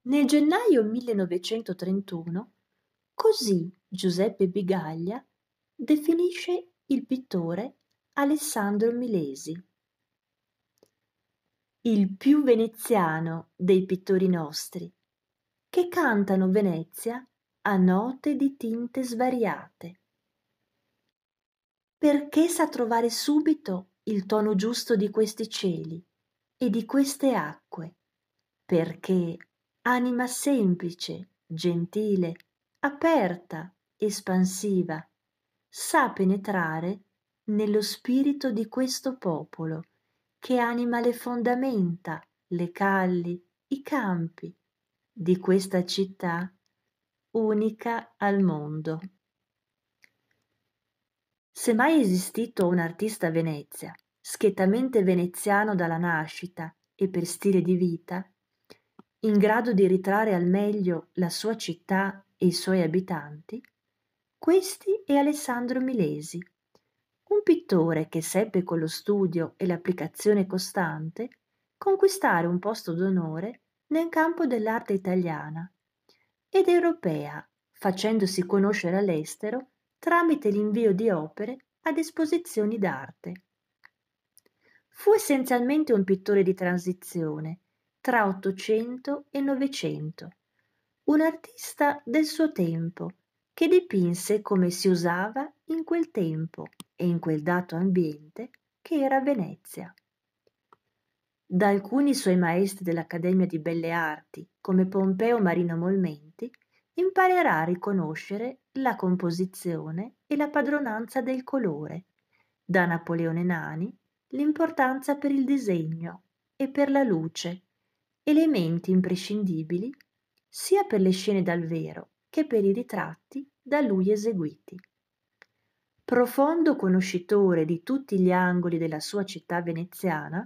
Nel gennaio 1931, così Giuseppe Bigaglia definisce il pittore Alessandro Milesi: il più veneziano dei pittori nostri, che cantano Venezia a note di tinte svariate, perché sa trovare subito il tono giusto di questi cieli e di queste acque, perché anima semplice, gentile, aperta, espansiva, sa penetrare nello spirito di questo popolo che anima le fondamenta, le calli, i campi di questa città unica al mondo. Se mai è esistito un artista a Venezia, schiettamente veneziano dalla nascita e per stile di vita, in grado di ritrarre al meglio la sua città e i suoi abitanti, questi è Alessandro Milesi, un pittore che seppe con lo studio e l'applicazione costante conquistare un posto d'onore nel campo dell'arte italiana ed europea, facendosi conoscere all'estero tramite l'invio di opere ad esposizioni d'arte. Fu essenzialmente un pittore di transizione tra Ottocento e Novecento, un artista del suo tempo che dipinse come si usava in quel tempo e in quel dato ambiente che era Venezia. Da alcuni suoi maestri dell'Accademia di Belle Arti, come Pompeo Marino Molmenti, imparerà a riconoscere la composizione e la padronanza del colore, da Napoleone Nani l'importanza per il disegno e per la luce, elementi imprescindibili sia per le scene dal vero che per i ritratti da lui eseguiti. Profondo conoscitore di tutti gli angoli della sua città veneziana,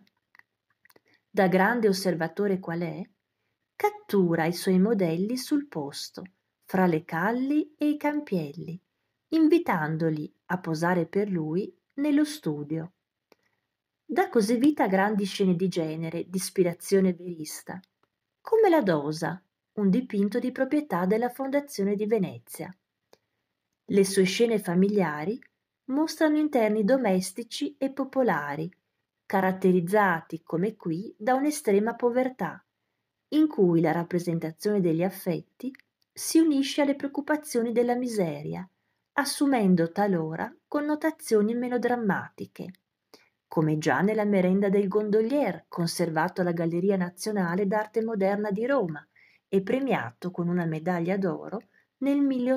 da grande osservatore qual è, cattura i suoi modelli sul posto, fra le calli e i campielli, invitandoli a posare per lui nello studio. Dà così vita a grandi scene di genere, di ispirazione verista, come la Dosa, un dipinto di proprietà della Fondazione di Venezia. Le sue scene familiari mostrano interni domestici e popolari, caratterizzati, come qui, da un'estrema povertà, in cui la rappresentazione degli affetti si unisce alle preoccupazioni della miseria, assumendo talora connotazioni melodrammatiche, come già nella Merenda del Gondolier, conservato alla Galleria Nazionale d'Arte Moderna di Roma e premiato con una medaglia d'oro nel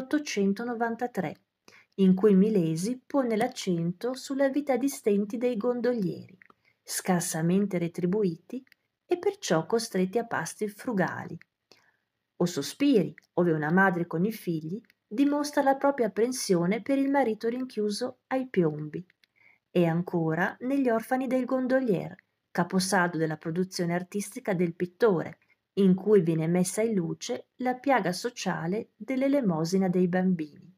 1893, in cui Milesi pone l'accento sulla vita di stenti dei gondolieri, scarsamente retribuiti e perciò costretti a pasti frugali. O Sospiri, ove una madre con i figli dimostra la propria apprensione per il marito rinchiuso ai piombi. E ancora negli Orfani del Gondolier, caposaldo della produzione artistica del pittore, in cui viene messa in luce la piaga sociale dell'elemosina dei bambini.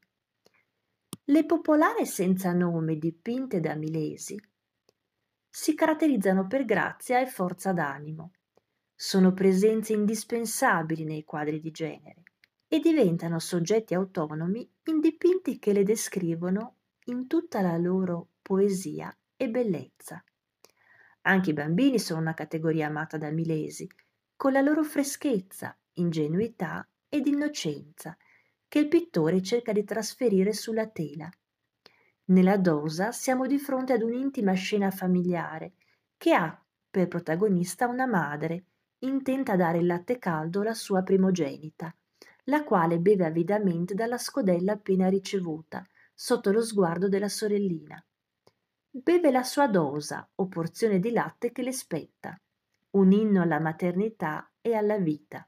Le popolari senza nome dipinte da Milesi si caratterizzano per grazia e forza d'animo. Sono presenze indispensabili nei quadri di genere e diventano soggetti autonomi in dipinti che le descrivono in tutta la loro poesia e bellezza. Anche i bambini sono una categoria amata da Milesi, con la loro freschezza, ingenuità ed innocenza, che il pittore cerca di trasferire sulla tela. Nella Dosa siamo di fronte ad un'intima scena familiare che ha per protagonista una madre intenta a dare il latte caldo alla sua primogenita, la quale beve avidamente dalla scodella appena ricevuta, sotto lo sguardo della sorellina. Beve la sua dosa o porzione di latte che le spetta, un inno alla maternità e alla vita.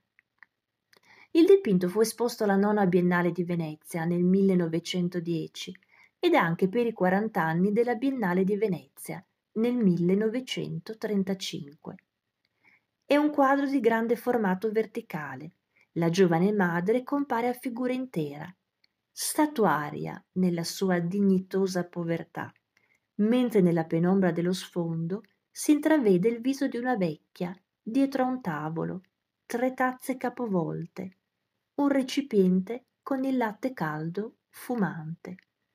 Il dipinto fu esposto alla Nona Biennale di Venezia nel 1910 ed anche per i 40 anni della Biennale di Venezia nel 1935. È un quadro di grande formato verticale. La giovane madre compare a figura intera, statuaria nella sua dignitosa povertà, mentre nella penombra dello sfondo si intravede il viso di una vecchia dietro a un tavolo, 3 tazze capovolte, un recipiente con il latte caldo fumante.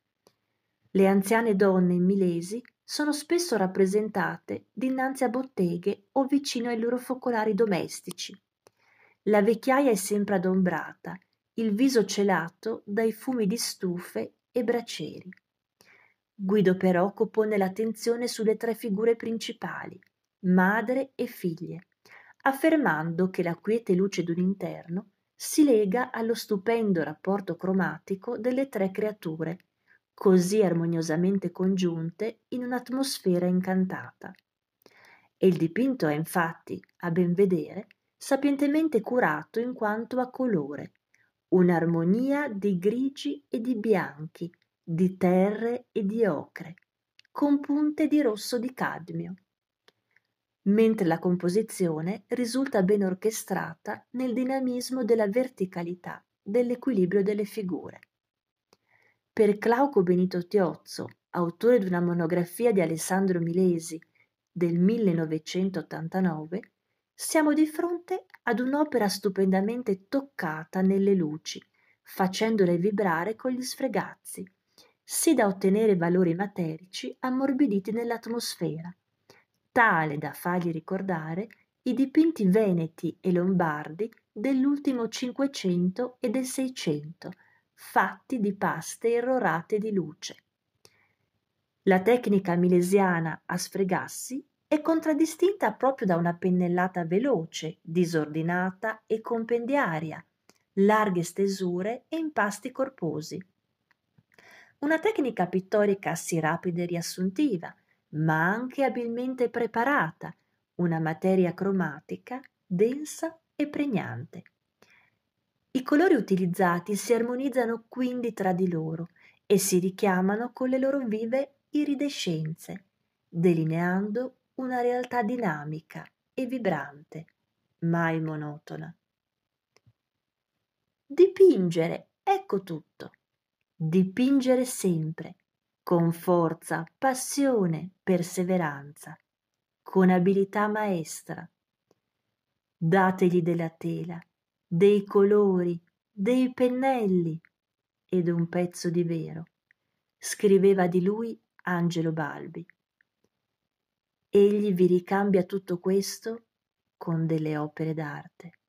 Le anziane donne in milesi sono spesso rappresentate dinanzi a botteghe o vicino ai loro focolari domestici. La vecchiaia è sempre adombrata, il viso celato dai fumi di stufe e bracieri. Guido Perocco pone l'attenzione sulle 3 figure principali, madre e figlie, affermando che la quiete luce d'un interno si lega allo stupendo rapporto cromatico delle 3 creature, così armoniosamente congiunte in un'atmosfera incantata. E il dipinto è infatti, a ben vedere, sapientemente curato in quanto a colore, un'armonia di grigi e di bianchi, di terre e di ocre, con punte di rosso di cadmio, mentre la composizione risulta ben orchestrata nel dinamismo della verticalità, dell'equilibrio delle figure. Per Glauco Benito Tiozzo, autore di una monografia di Alessandro Milesi del 1989, siamo di fronte ad un'opera stupendamente toccata nelle luci, facendole vibrare con gli sfregazzi, sì da ottenere valori materici ammorbiditi nell'atmosfera, tale da fargli ricordare i dipinti veneti e lombardi dell'ultimo Cinquecento e del Seicento, fatti di paste irrorate di luce. La tecnica milesiana a sfregassi è contraddistinta proprio da una pennellata veloce, disordinata e compendiaria, larghe stesure e impasti corposi. Una tecnica pittorica sì rapida e riassuntiva, ma anche abilmente preparata, una materia cromatica densa e pregnante. I colori utilizzati si armonizzano quindi tra di loro e si richiamano con le loro vive iridescenze, delineando una realtà dinamica e vibrante, mai monotona. Dipingere, ecco tutto. Dipingere sempre, con forza, passione, perseveranza, con abilità maestra. Dategli della tela, dei colori, dei pennelli ed un pezzo di vero, scriveva di lui Angelo Balbi. Egli vi ricambia tutto questo con delle opere d'arte.